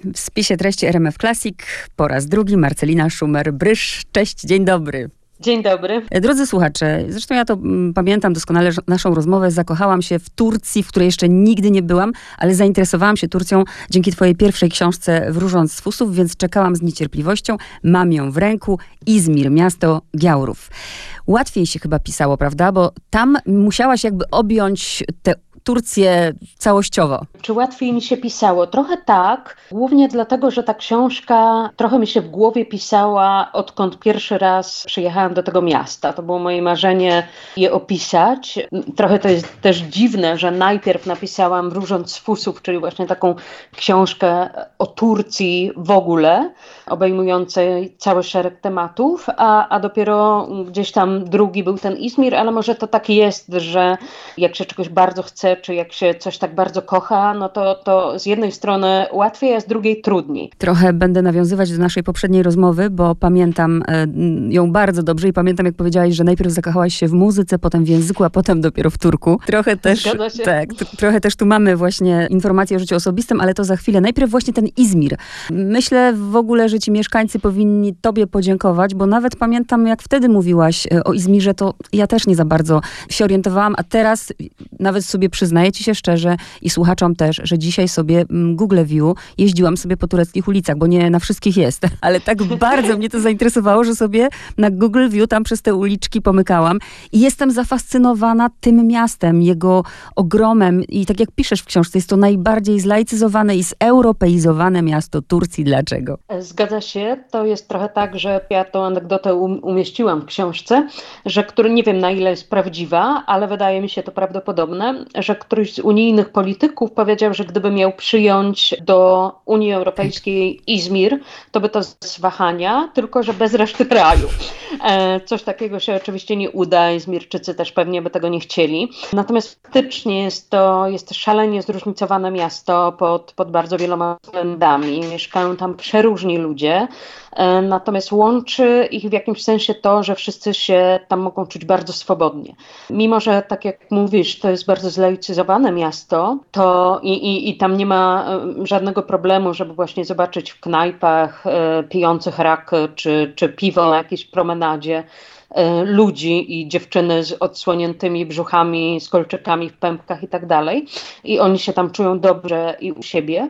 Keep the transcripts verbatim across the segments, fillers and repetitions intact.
W spisie treści R M F Classic po raz drugi Marcelina Szumer-Brysz. Cześć, dzień dobry. Dzień dobry. Drodzy słuchacze, zresztą ja to m, pamiętam doskonale naszą rozmowę. Zakochałam się w Turcji, w której jeszcze nigdy nie byłam, ale zainteresowałam się Turcją dzięki twojej pierwszej książce Wróżąc z fusów, więc czekałam z niecierpliwością. Mam ją w ręku. Izmir, miasto Giaurów. Łatwiej się chyba pisało, prawda? Bo tam musiałaś jakby objąć tę Turcję całościowo. Czy łatwiej mi się pisało? Trochę tak, głównie dlatego, że ta książka trochę mi się w głowie pisała, odkąd pierwszy raz przyjechałam do tego miasta. To było moje marzenie je opisać. Trochę to jest też dziwne, że najpierw napisałam Wróżąc z fusów, czyli właśnie taką książkę o Turcji w ogóle, obejmującej cały szereg tematów, a, a dopiero gdzieś tam drugi był ten Izmir, ale może to tak jest, że jak się czegoś bardzo chce, czy jak się coś tak bardzo kocha, no to, to z jednej strony łatwiej, a z drugiej trudniej. Trochę będę nawiązywać do naszej poprzedniej rozmowy, bo pamiętam e, ją bardzo dobrze i pamiętam, jak powiedziałaś, że najpierw zakochałaś się w muzyce, potem w języku, a potem dopiero w Turku. Trochę też, tak, t- trochę też tu mamy właśnie informacje o życiu osobistym, ale to za chwilę. Najpierw właśnie ten Izmir. Myślę w ogóle, że ci mieszkańcy powinni tobie podziękować, bo nawet pamiętam, jak wtedy mówiłaś o Izmirze, to ja też nie za bardzo się orientowałam, a teraz nawet sobie przyznaję ci się szczerze i słuchaczom też, że dzisiaj sobie Google View jeździłam sobie po tureckich ulicach, bo nie na wszystkich jest, ale tak bardzo mnie to zainteresowało, że sobie na Google View tam przez te uliczki pomykałam i jestem zafascynowana tym miastem, jego ogromem i tak jak piszesz w książce, jest to najbardziej zlaicyzowane i zeuropeizowane miasto Turcji. Dlaczego? Zgadza się. To jest trochę tak, że ja tą anegdotę um- umieściłam w książce, że który nie wiem na ile jest prawdziwa, ale wydaje mi się to prawdopodobne, że któryś z unijnych polityków powiedział, że gdyby miał przyjąć do Unii Europejskiej Izmir, to by to z wahania, tylko że bez reszty kraju. E, coś takiego się oczywiście nie uda, Izmirczycy też pewnie by tego nie chcieli. Natomiast faktycznie jest to jest szalenie zróżnicowane miasto pod, pod bardzo wieloma względami. Mieszkają tam przeróżni ludzie, e, natomiast łączy ich w jakimś sensie to, że wszyscy się tam mogą czuć bardzo swobodnie. Mimo że tak jak mówisz, to jest bardzo zlaicyzowane miasto, to i, i, i tam nie ma e, żadnego problemu, żeby właśnie zobaczyć w knajpach e, pijących rak czy, czy piwo na jakiejś promenadzie e, ludzi i dziewczyny z odsłoniętymi brzuchami, z kolczykami w pępkach i tak dalej. I oni się tam czują dobrze i u siebie,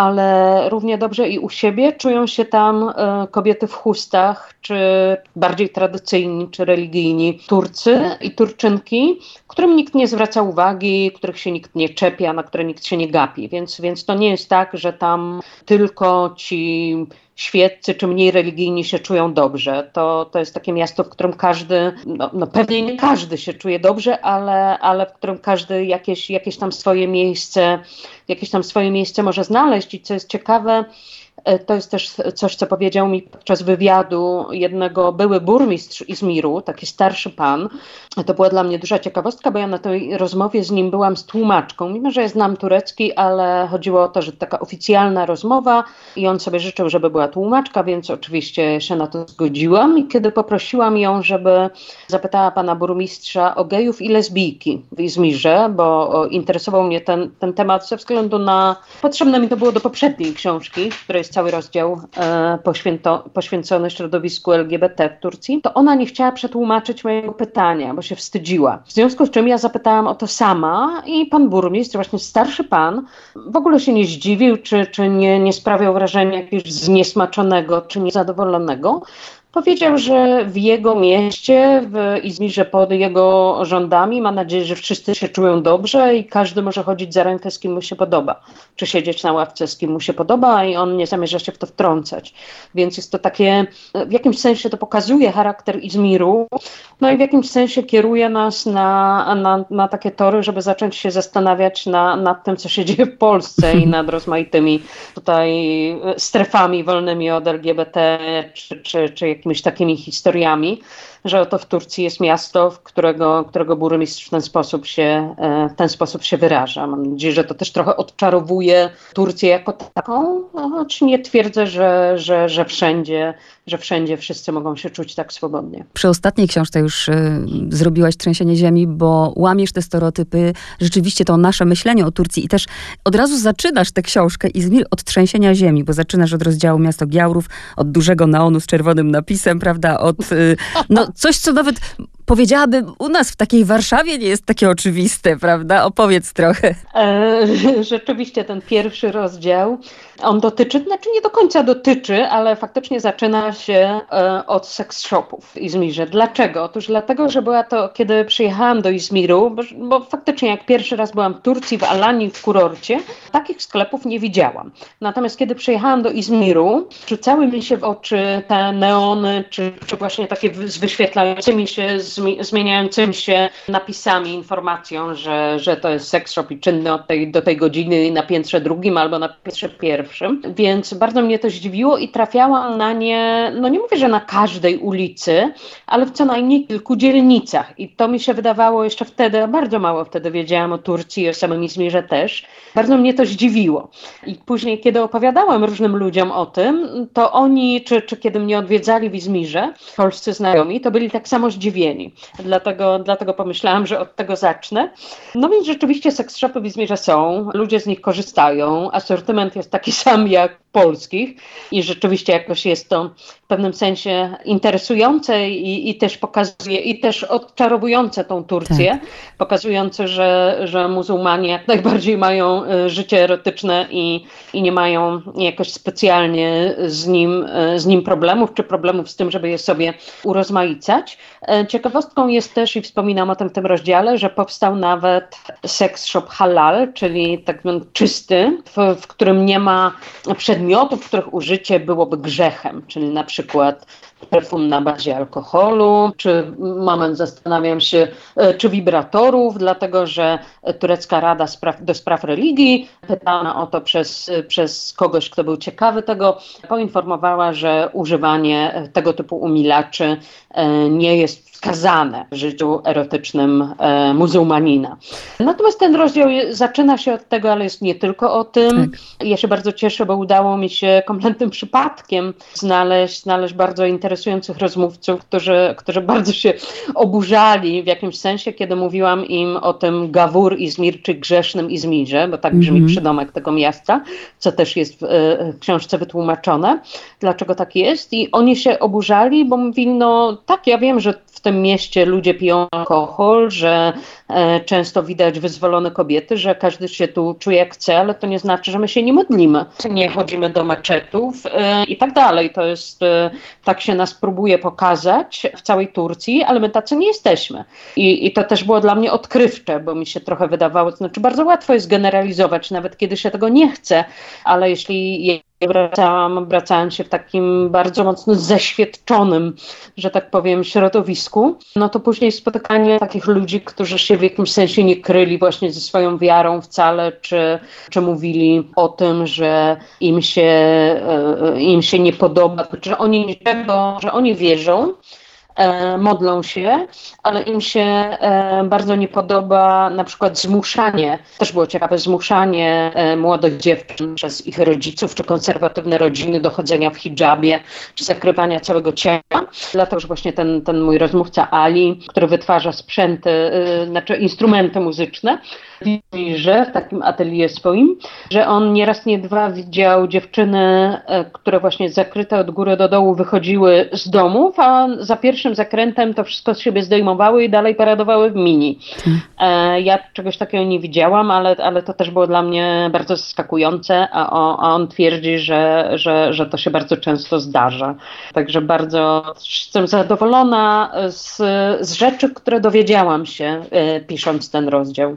ale równie dobrze i u siebie czują się tam e, kobiety w chustach, czy bardziej tradycyjni, czy religijni Turcy i Turczynki, którym nikt nie zwraca uwagi, których się nikt nie czepia, na które nikt się nie gapi. Więc, więc to nie jest tak, że tam tylko ci świeccy czy mniej religijni się czują dobrze. To, to jest takie miasto, w którym każdy, no, no pewnie nie każdy się czuje dobrze, ale, ale w którym każdy jakieś, jakieś tam swoje miejsce, jakieś tam swoje miejsce może znaleźć. I co jest ciekawe, to jest też coś, co powiedział mi podczas wywiadu jednego były burmistrz Izmiru, taki starszy pan. To była dla mnie duża ciekawostka, bo ja na tej rozmowie z nim byłam z tłumaczką, mimo że ja znam turecki, ale chodziło o to, że taka oficjalna rozmowa i on sobie życzył, żeby była tłumaczka, więc oczywiście się na to zgodziłam. I kiedy poprosiłam ją, żeby zapytała pana burmistrza o gejów i lesbijki w Izmirze, bo interesował mnie ten, ten temat ze względu na... Potrzebne mi to było do poprzedniej książki, której jest cały rozdział e, poświęto, poświęcony środowisku L G B T w Turcji, to ona nie chciała przetłumaczyć mojego pytania, bo się wstydziła. W związku z czym ja zapytałam o to sama i pan burmistrz, właśnie starszy pan, w ogóle się nie zdziwił, czy, czy nie, nie sprawiał wrażenia jakiegoś zniesmaczonego, czy niezadowolonego. Powiedział, że w jego mieście, w Izmirze pod jego rządami, ma nadzieję, że wszyscy się czują dobrze i każdy może chodzić za rękę z kim mu się podoba, czy siedzieć na ławce z kim mu się podoba i on nie zamierza się w to wtrącać. Więc jest to takie, w jakimś sensie to pokazuje charakter Izmiru, no i w jakimś sensie kieruje nas na, na, na takie tory, żeby zacząć się zastanawiać na, nad tym, co się dzieje w Polsce i nad rozmaitymi tutaj strefami wolnymi od L G B T, czy, czy, czy jakimiś takimi historiami, że oto w Turcji jest miasto, w którego, którego burmistrz w ten sposób się, w ten sposób się wyraża. Mam nadzieję, że to też trochę odczarowuje Turcję jako taką, no, choć nie twierdzę, że, że, że wszędzie, że wszędzie wszyscy mogą się czuć tak swobodnie. Przy ostatniej książce już y, zrobiłaś trzęsienie ziemi, bo łamiesz te stereotypy, rzeczywiście to nasze myślenie o Turcji i też od razu zaczynasz tę książkę Izmir od trzęsienia ziemi, bo zaczynasz od rozdziału Miasto Giaurów, od dużego neonu z czerwonym napisem, prawda, od y, no coś, co nawet powiedziałabym, u nas w takiej Warszawie nie jest takie oczywiste, prawda? Opowiedz trochę. E, rzeczywiście ten pierwszy rozdział, on dotyczy, znaczy nie do końca dotyczy, ale faktycznie zaczyna się e, od seks shopów w Izmirze. Dlaczego? Otóż dlatego, że była to, kiedy przyjechałam do Izmiru, bo, bo faktycznie jak pierwszy raz byłam w Turcji, w Alanii, w kurorcie, takich sklepów nie widziałam. Natomiast kiedy przyjechałam do Izmiru, rzucały mi się w oczy te neony, czy, czy właśnie takie z wyświetlającymi się, zmieniającymi się napisami, informacją, że, że to jest sex shop i czynny od tej, do tej godziny na piętrze drugim albo na piętrze pierwszym. Więc bardzo mnie to zdziwiło i trafiałam na nie, no nie mówię, że na każdej ulicy, ale w co najmniej kilku dzielnicach. I to mi się wydawało jeszcze wtedy, bardzo mało wtedy wiedziałam o Turcji i o samym Izmirze też. Bardzo mnie to zdziwiło. I później, kiedy opowiadałam różnym ludziom o tym, to oni, czy, czy kiedy mnie odwiedzali w Izmirze, polscy znajomi, to byli tak samo zdziwieni. Dlatego, dlatego pomyślałam, że od tego zacznę. No więc rzeczywiście seks shopy w Izmirze są, ludzie z nich korzystają, asortyment jest taki sam jak polskich i rzeczywiście jakoś jest to w pewnym sensie interesujące i, i też pokazuje, i też odczarowujące tą Turcję, tak. Pokazujące, że, że muzułmanie jak najbardziej mają życie erotyczne i, i nie mają jakoś specjalnie z nim, z nim problemów, czy problemów z tym, żeby je sobie urozmaicać. Ciekawostką jest też, i wspominam o tym w tym rozdziale, że powstał nawet seks shop halal, czyli tak zwany czysty, w, w którym nie ma przedmiotów, których użycie byłoby grzechem, czyli na przykład perfum na bazie alkoholu, czy moment zastanawiam się, czy wibratorów, dlatego że turecka Rada spraw, do spraw religii, pytana o to przez, przez kogoś, kto był ciekawy tego, poinformowała, że używanie tego typu umilaczy nie jest wskazane w życiu erotycznym e, muzułmanina. Natomiast ten rozdział zaczyna się od tego, ale jest nie tylko o tym. Tak. Ja się bardzo cieszę, bo udało mi się kompletnym przypadkiem znaleźć, znaleźć bardzo interesujących rozmówców, którzy, którzy bardzo się oburzali w jakimś sensie, kiedy mówiłam im o tym Gawur Izmir, czy grzesznym Izmirze, bo tak brzmi mm-hmm. przydomek tego miasta, co też jest w, w książce wytłumaczone, dlaczego tak jest. I oni się oburzali, bo mówili, no tak, ja wiem, że w tym mieście ludzie piją alkohol, że e, często widać wyzwolone kobiety, że każdy się tu czuje jak chce, ale to nie znaczy, że my się nie modlimy, nie chodzimy do meczetów e, i tak dalej. To jest, e, tak się nas próbuje pokazać w całej Turcji, ale my tacy nie jesteśmy. I, i to też było dla mnie odkrywcze, bo mi się trochę wydawało, to znaczy bardzo łatwo jest generalizować, nawet kiedy się tego nie chce, ale jeśli Wracałam, wracałam się w takim bardzo mocno zeświadczonym, że tak powiem, środowisku, no to później spotykanie takich ludzi, którzy się w jakimś sensie nie kryli właśnie ze swoją wiarą wcale, czy, czy mówili o tym, że im się, im się nie podoba, że oni niczego, że oni wierzą, E, modlą się, ale im się e, bardzo nie podoba na przykład zmuszanie, też było ciekawe, zmuszanie e, młodych dziewczyn przez ich rodziców, czy konserwatywne rodziny do chodzenia w hijabie, czy zakrywania całego ciała. Dlatego, że właśnie ten, ten mój rozmówca Ali, który wytwarza sprzęty, e, znaczy instrumenty muzyczne, że w takim atelier swoim, że on nieraz nie dwa widział dziewczyny, e, które właśnie zakryte od góry do dołu wychodziły z domów, a za pierwszym zakrętem to wszystko z siebie zdejmowały i dalej paradowały w mini. E, ja czegoś takiego nie widziałam, ale, ale to też było dla mnie bardzo zaskakujące, a, o, a on twierdzi, że, że, że to się bardzo często zdarza. Także bardzo jestem zadowolona z, z rzeczy, które dowiedziałam się e, pisząc ten rozdział.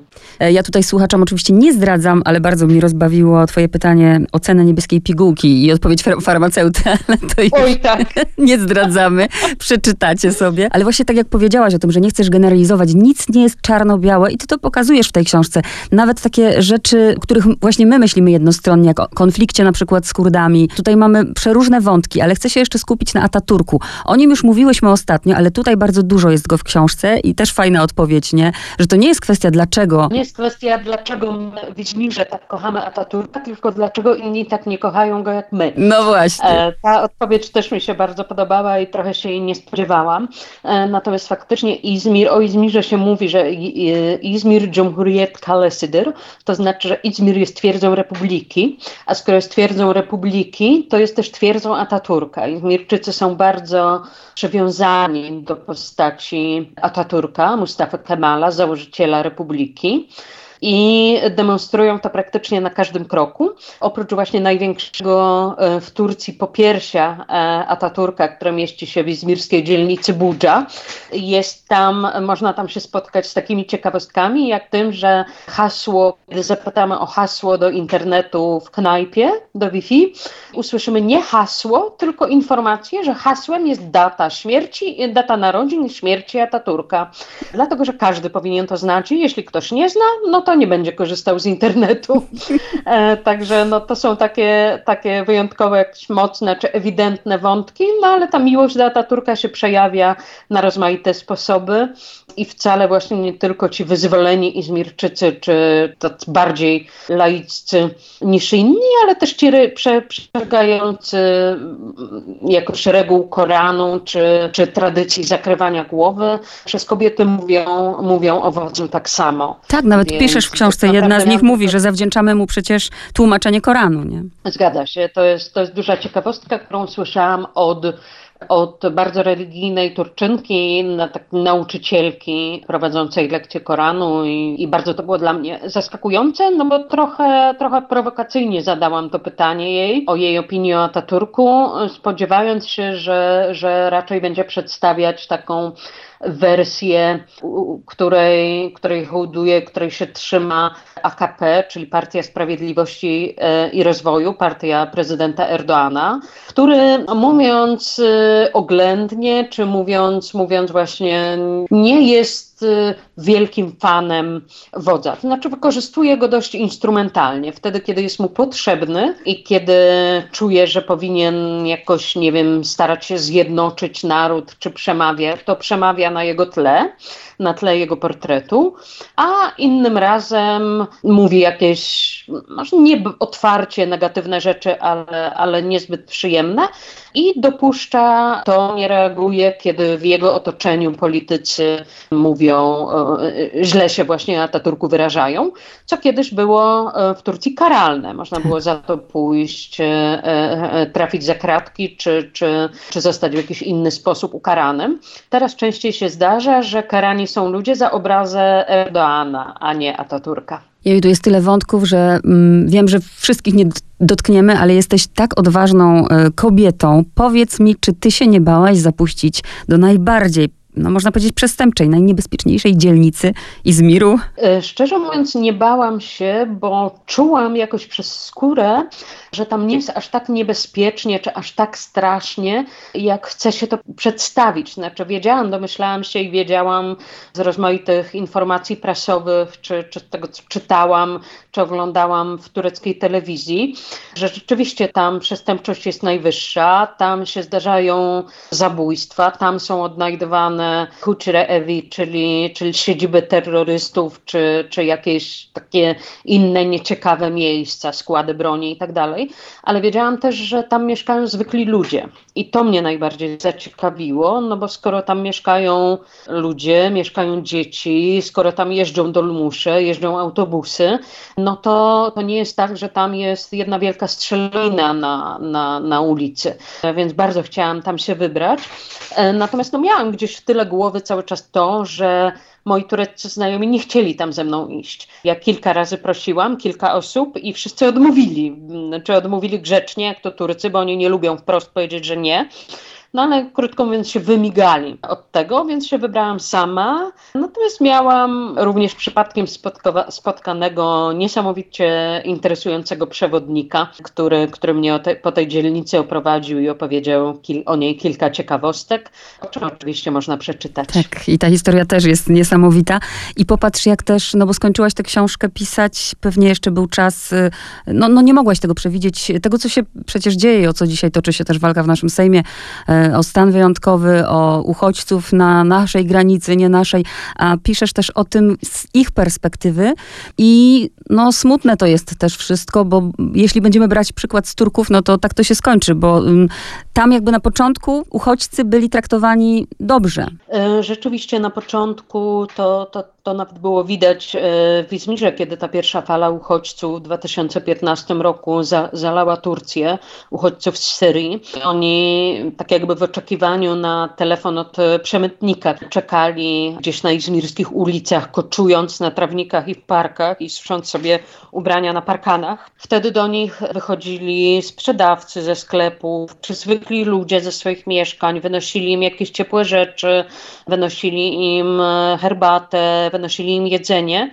Ja tutaj słuchaczom oczywiście nie zdradzam, ale bardzo mi rozbawiło twoje pytanie o cenę niebieskiej pigułki i odpowiedź far- farmaceuty, ale to już Oj, tak. nie zdradzamy. Przeczytacie sobie. Ale właśnie tak jak powiedziałaś o tym, że nie chcesz generalizować, nic nie jest czarno-białe i ty to pokazujesz w tej książce. Nawet takie rzeczy, których właśnie my myślimy jednostronnie, jak o konflikcie na przykład z Kurdami. Tutaj mamy przeróżne wątki, ale chcę się jeszcze skupić na Ataturku. O nim już mówiłyśmy ostatnio, ale tutaj bardzo dużo jest go w książce i też fajna odpowiedź, nie? Że to nie jest kwestia dlaczego. Nie jest kwestia, dlaczego my, Wiedźmirze, tak kochamy Ataturka, tylko dlaczego inni tak nie kochają go jak my. No właśnie. E, ta odpowiedź też mi się bardzo podobała i trochę się jej nie spodziewałam. E, natomiast faktycznie Izmir, o Izmirze się mówi, że Izmir Cumhuriyet Kalesidir, to znaczy, że Izmir jest twierdzą republiki, a skoro jest twierdzą republiki, to jest też twierdzą Ataturka. Izmirczycy są bardzo przywiązani do postaci Ataturka, Mustafa Kemala, założyciela republiki. I demonstrują to praktycznie na każdym kroku. Oprócz właśnie największego w Turcji popiersia Ataturka, które mieści się w izmirskiej dzielnicy Budża, jest tam, można tam się spotkać z takimi ciekawostkami, jak tym, że hasło, kiedy zapytamy o hasło do internetu w knajpie, do Wi-Fi, usłyszymy nie hasło, tylko informację, że hasłem jest data śmierci, data narodzin i śmierci Ataturka. Dlatego, że każdy powinien to znać i jeśli ktoś nie zna, no to nie będzie korzystał z internetu. E, także no, to są takie, takie wyjątkowe, jakieś mocne czy ewidentne wątki, no ale ta miłość do Ataturka się przejawia na rozmaite sposoby i wcale właśnie nie tylko ci wyzwoleni Izmirczycy, czy tacy bardziej laiccy niż inni, ale też ci prze, przestrzegający jakoś reguł Koranu, czy, czy tradycji zakrywania głowy, przez kobiety mówią, mówią o wodzu tak samo. Tak, nawet Więc piszesz w książce, jedna z nich mówi, że zawdzięczamy mu przecież tłumaczenie Koranu, nie? Zgadza się, to jest, to jest duża ciekawostka, którą słyszałam od od bardzo religijnej Turczynki, na, tak, nauczycielki prowadzącej lekcje Koranu i, i bardzo to było dla mnie zaskakujące, no bo trochę, trochę prowokacyjnie zadałam to pytanie jej o jej opinię o Ataturku, spodziewając się, że, że raczej będzie przedstawiać taką wersję, której, której hołduje, której się trzyma A K P, czyli Partia Sprawiedliwości i Rozwoju, partia prezydenta Erdoana, który mówiąc oględnie, czy mówiąc, mówiąc właśnie nie jest wielkim fanem wodza. To znaczy wykorzystuje go dość instrumentalnie. Wtedy, kiedy jest mu potrzebny i kiedy czuje, że powinien jakoś, nie wiem, starać się zjednoczyć naród, czy przemawia, to przemawia na jego tle, na tle jego portretu, a innym razem mówi jakieś, może nie otwarcie negatywne rzeczy, ale, ale niezbyt przyjemne i dopuszcza to, nie reaguje, kiedy w jego otoczeniu politycy mówią, źle się właśnie Ataturku wyrażają, co kiedyś było w Turcji karalne. Można było za to pójść, trafić za kratki, czy, czy, czy zostać w jakiś inny sposób ukaranym. Teraz częściej się zdarza, że karani są ludzie za obrazę Erdoana, a nie Ataturka. Jej, tu jest tyle wątków, że mm, wiem, że wszystkich nie dotkniemy, ale jesteś tak odważną y, kobietą. Powiedz mi, czy ty się nie bałaś zapuścić do najbardziej, no można powiedzieć, przestępczej, najniebezpieczniejszej dzielnicy Izmiru? Szczerze mówiąc, nie bałam się, bo czułam jakoś przez skórę, że tam nie jest aż tak niebezpiecznie, czy aż tak strasznie, jak chce się to przedstawić. Znaczy wiedziałam, domyślałam się i wiedziałam z rozmaitych informacji prasowych, czy, czy tego, co czytałam, czy oglądałam w tureckiej telewizji, że rzeczywiście tam przestępczość jest najwyższa, tam się zdarzają zabójstwa, tam są odnajdywane hucre evi, czyli, czyli siedziby terrorystów, czy, czy jakieś takie inne nieciekawe miejsca, składy broni i tak dalej. Ale wiedziałam też, że tam mieszkają zwykli ludzie i to mnie najbardziej zaciekawiło, no bo skoro tam mieszkają ludzie, mieszkają dzieci, skoro tam jeżdżą dolmusze, jeżdżą autobusy, no to, to nie jest tak, że tam jest jedna wielka strzelina na, na, na ulicy, więc bardzo chciałam tam się wybrać. Natomiast no miałam gdzieś w tyle głowy cały czas to, że moi tureccy znajomi nie chcieli tam ze mną iść. Ja kilka razy prosiłam, kilka osób i wszyscy odmówili. Czy odmówili grzecznie, jak to Turcy, bo oni nie lubią wprost powiedzieć, że nie. no ale krótko mówiąc się wymigali od tego, więc się wybrałam sama. Natomiast miałam również przypadkiem spotkowa- spotkanego niesamowicie interesującego przewodnika, który, który mnie o te, po tej dzielnicy oprowadził i opowiedział kil- o niej kilka ciekawostek, o czym oczywiście można przeczytać. Tak, i ta historia też jest niesamowita. I popatrz, jak też, no bo skończyłaś tę książkę pisać, pewnie jeszcze był czas, no, no nie mogłaś tego przewidzieć, tego, co się przecież dzieje, o co dzisiaj toczy się też walka w naszym Sejmie, o stan wyjątkowy, o uchodźców na naszej granicy, nie naszej, a piszesz też o tym z ich perspektywy i no smutne to jest też wszystko, bo jeśli będziemy brać przykład z Turków, no to tak to się skończy, bo um, tam jakby na początku uchodźcy byli traktowani dobrze. Rzeczywiście na początku to, to, to nawet było widać w Izmirze, kiedy ta pierwsza fala uchodźców w dwa tysiące piętnastym roku za, zalała Turcję, uchodźców z Syrii. Oni tak jakby w oczekiwaniu na telefon od przemytnika czekali gdzieś na izmirskich ulicach, koczując na trawnikach i w parkach i susząc sobie ubrania na parkanach. Wtedy do nich wychodzili sprzedawcy ze sklepów, czy zwykli ludzie ze swoich mieszkań, wynosili im jakieś ciepłe rzeczy, wynosili im herbatę, wynosili im jedzenie.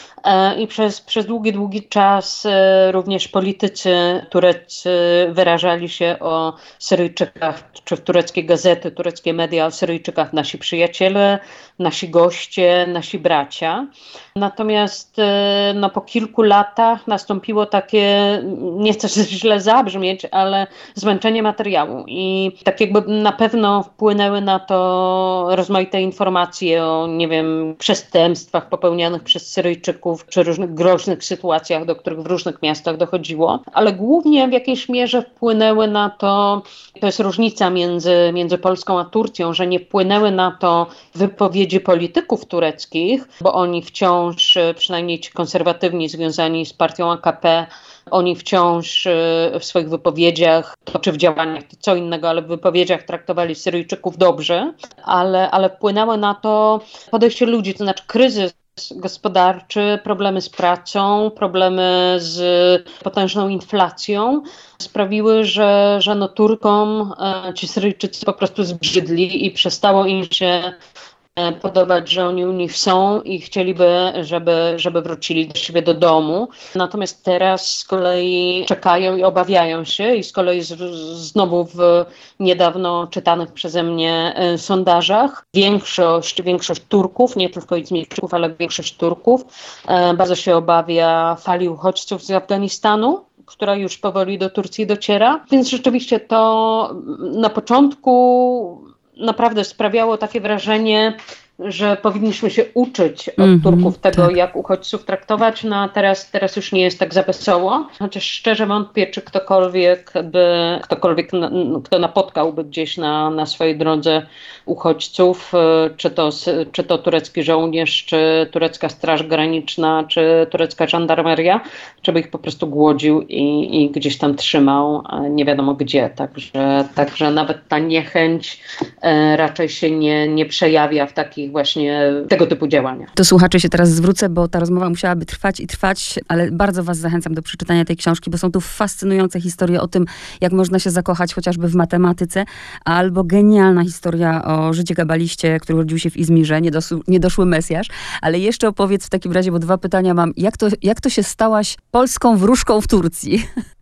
I przez, przez długi, długi czas również politycy tureccy wyrażali się o Syryjczykach, czy w tureckie gazety, tureckie media o Syryjczykach, nasi przyjaciele, nasi goście, nasi bracia. Natomiast no, po kilku latach nastąpiło takie, nie chcę źle zabrzmieć, ale zmęczenie materiału i tak jakby na pewno wpłynęły na to rozmaite informacje o, nie wiem, przestępstwach popełnianych przez Syryjczyków, czy różnych groźnych sytuacjach, do których w różnych miastach dochodziło, ale głównie w jakiejś mierze wpłynęły na to, to jest różnica między, między Polską a Turcją, że nie wpłynęły na to wypowiedzi polityków tureckich, bo oni wciąż, przynajmniej ci konserwatywni związani z partią A K P, oni wciąż w swoich wypowiedziach, czy w działaniach, to co innego, ale w wypowiedziach traktowali Syryjczyków dobrze, ale, ale wpłynęło na to podejście ludzi, to znaczy kryzys gospodarczy, problemy z pracą, problemy z potężną inflacją sprawiły, że, że no Turkom ci Syryjczycy po prostu zbrzydli i przestało im się podobać, że oni u nich są i chcieliby, żeby, żeby wrócili do siebie do domu. Natomiast teraz z kolei czekają i obawiają się i z kolei z, znowu w niedawno czytanych przeze mnie sondażach większość, większość Turków, nie tylko Izmirczyków, ale większość Turków bardzo się obawia fali uchodźców z Afganistanu, która już powoli do Turcji dociera. Więc rzeczywiście to na początku naprawdę sprawiało takie wrażenie, że powinniśmy się uczyć od mm-hmm, Turków tego, tak. jak uchodźców traktować, no a teraz, teraz już nie jest tak za wesoło. Chociaż szczerze wątpię, czy ktokolwiek by, ktokolwiek, kto napotkałby gdzieś na, na swojej drodze uchodźców, czy to, czy to turecki żołnierz, czy turecka straż graniczna, czy turecka żandarmeria, czy by ich po prostu głodził i, i gdzieś tam trzymał, nie wiadomo gdzie. Także, także nawet ta niechęć e, raczej się nie, nie przejawia w takich właśnie tego typu działania. Do słuchaczy się teraz zwrócę, bo ta rozmowa musiałaby trwać i trwać, ale bardzo was zachęcam do przeczytania tej książki, bo są tu fascynujące historie o tym, jak można się zakochać chociażby w matematyce, albo genialna historia o Żydzie Kabaliście, który urodził się w Izmirze, niedosu, niedoszły Mesjasz. Ale jeszcze opowiedz w takim razie, bo dwa pytania mam. Jak to, jak to się stałaś polską wróżką w Turcji?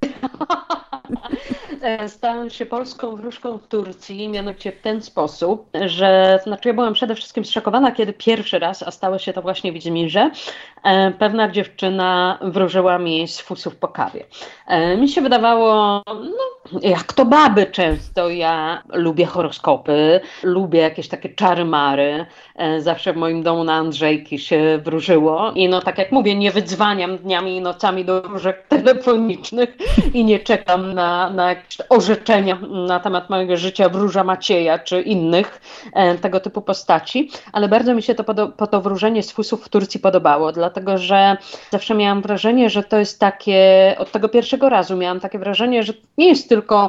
Stałam się polską wróżką w Turcji, mianowicie w ten sposób, że znaczy ja byłam przede wszystkim zszokowana, kiedy pierwszy raz, a stało się to właśnie w Izmirze, pewna dziewczyna wróżyła mi z fusów po kawie. Mi się wydawało, no jak to baby często, ja lubię horoskopy, lubię jakieś takie czary-mary, zawsze w moim domu na Andrzejki się wróżyło i no tak jak mówię, nie wydzwaniam dniami i nocami do wróżek telefonicznych i nie czekam na, na jakieś orzeczenia na temat mojego życia wróża Macieja czy innych e, tego typu postaci, ale bardzo mi się to, podo- po to wróżenie z fusów w Turcji podobało, dlatego że zawsze miałam wrażenie, że to jest takie, od tego pierwszego razu miałam takie wrażenie, że nie jest tylko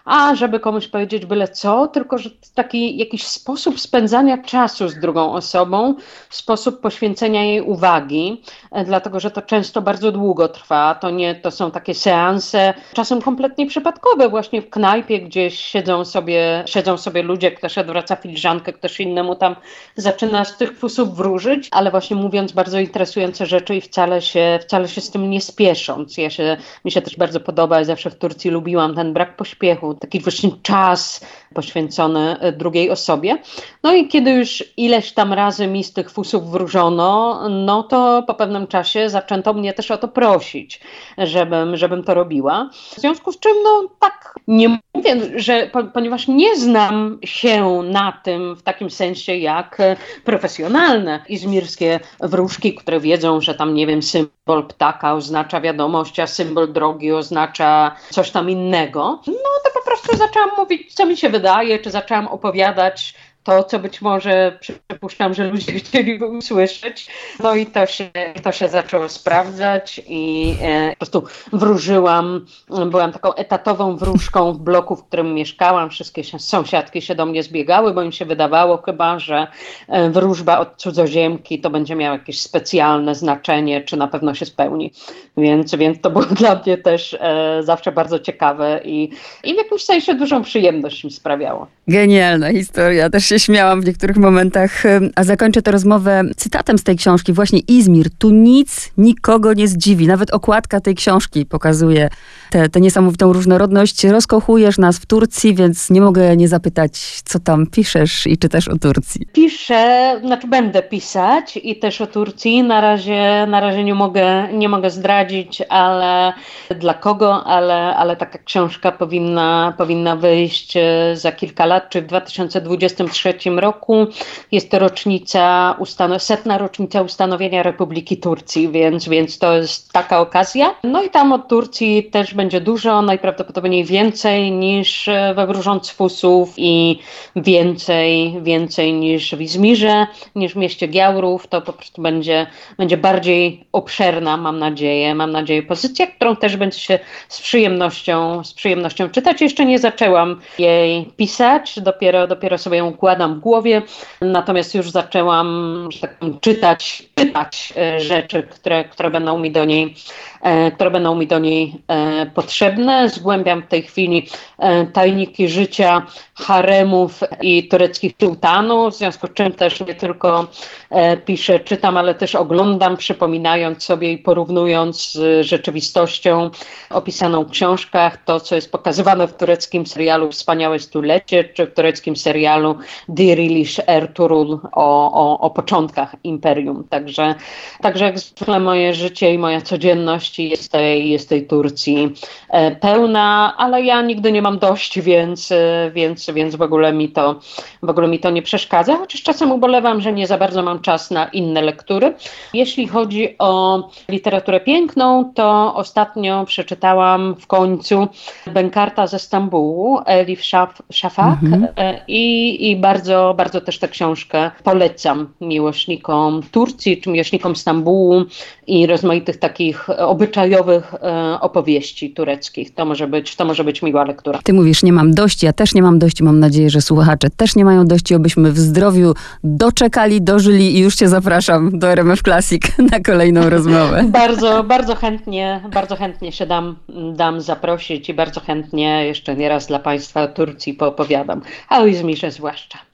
a żeby komuś powiedzieć byle co, tylko że taki jakiś sposób spędzania czasu z drugą osobą, sposób poświęcenia jej uwagi, dlatego że to często bardzo długo trwa. To nie, to są takie seanse, czasem kompletnie przypadkowe, właśnie w knajpie, gdzieś siedzą sobie, siedzą sobie ludzie, ktoś odwraca filiżankę, ktoś innemu tam zaczyna z tych fusów wróżyć, ale właśnie mówiąc bardzo interesujące rzeczy i wcale się, wcale się z tym nie spiesząc. Ja się, mi się też bardzo podoba i zawsze w Turcji lubiłam ten brak pośpiechu, taki właśnie czas poświęcony drugiej osobie. No i kiedy już ileś tam razy mi z tych fusów wróżono, no to po pewnym czasie zaczęto mnie też o to prosić, żebym, żebym to robiła. W związku z czym, no tak, nie mówię, że po, ponieważ nie znam się na tym w takim sensie jak profesjonalne izmirskie wróżki, które wiedzą, że tam, nie wiem, symbol ptaka oznacza wiadomość, a symbol drogi oznacza coś tam innego, no to po prostu zaczęłam mówić, co mi się wydaje, czy zaczęłam opowiadać to, co być może przypuszczam, że ludzie chcieliby usłyszeć. No i to się, to się zaczęło sprawdzać i e, po prostu wróżyłam. Byłam taką etatową wróżką w bloku, w którym mieszkałam. Wszystkie się, sąsiadki się do mnie zbiegały, bo im się wydawało chyba, że e, wróżba od cudzoziemki to będzie miała jakieś specjalne znaczenie, czy na pewno się spełni. Więc, więc to było dla mnie też e, zawsze bardzo ciekawe i, i w jakimś sensie dużą przyjemność mi sprawiało. Genialna historia, też się śmiałam w niektórych momentach, a zakończę tę rozmowę cytatem z tej książki, właśnie Izmir. Tu nic nikogo nie zdziwi. Nawet okładka tej książki pokazuje tę niesamowitą różnorodność. Rozkochujesz nas w Turcji, więc nie mogę nie zapytać, co tam piszesz i czytasz o Turcji. Piszę, znaczy będę pisać i też o Turcji. Na razie, na razie nie mogę, nie mogę zdradzić, ale dla kogo, ale, ale taka książka powinna, powinna wyjść za kilka lat, czy w dwa tysiące dwudziestym trzecim roku. Jest to rocznica, ustano- setna rocznica ustanowienia Republiki Turcji, więc, więc to jest taka okazja. No i tam od Turcji też będzie dużo, najprawdopodobniej więcej niż we Wróżąc Fusów i więcej, więcej niż w Izmirze, niż w mieście Giaurów. To po prostu będzie, będzie bardziej obszerna, mam nadzieję, mam nadzieję, pozycja, którą też będzie się z przyjemnością, z przyjemnością czytać. Jeszcze nie zaczęłam jej pisać, dopiero, dopiero sobie ją układam w głowie, natomiast już zaczęłam, że tak powiem, czytać, czytać rzeczy, które, które będą mi do niej, e, które będą mi do niej e, potrzebne. Zgłębiam w tej chwili e, tajniki życia haremów i tureckich sułtanów, w związku z czym też nie tylko e, piszę, czytam, ale też oglądam, przypominając sobie i porównując z rzeczywistością opisaną w książkach, to co jest pokazywane w tureckim serialu Wspaniałe Stulecie, czy w tureckim serialu Dirilish Ertuğrul o, o, o początkach imperium. Także, także jak zwykle moje życie i moja codzienność jest tej, jest tej Turcji e, pełna, ale ja nigdy nie mam dość, więc, e, więc, więc w ogóle mi to, w ogóle mi to nie przeszkadza, chociaż czasem ubolewam, że nie za bardzo mam czas na inne lektury. Jeśli chodzi o literaturę piękną, to ostatnio przeczytałam w końcu Bękarta ze Stambułu, Elif Shafak mhm. i, i bardzo, bardzo też tę książkę polecam miłośnikom Turcji, czy miłośnikom Stambułu i rozmaitych takich obyczajowych e, opowieści tureckich. To może być, to może być miła lektura. Ty mówisz, nie mam dość, ja też nie mam dość. Mam nadzieję, że słuchacze też nie mają dość, obyśmy w zdrowiu doczekali, dożyli i już cię zapraszam do R M F Classic na kolejną rozmowę. Bardzo, bardzo chętnie, bardzo chętnie się dam, dam zaprosić i bardzo chętnie jeszcze nieraz dla Państwa o Turcji poopowiadam, a o Izmirze zwłaszcza.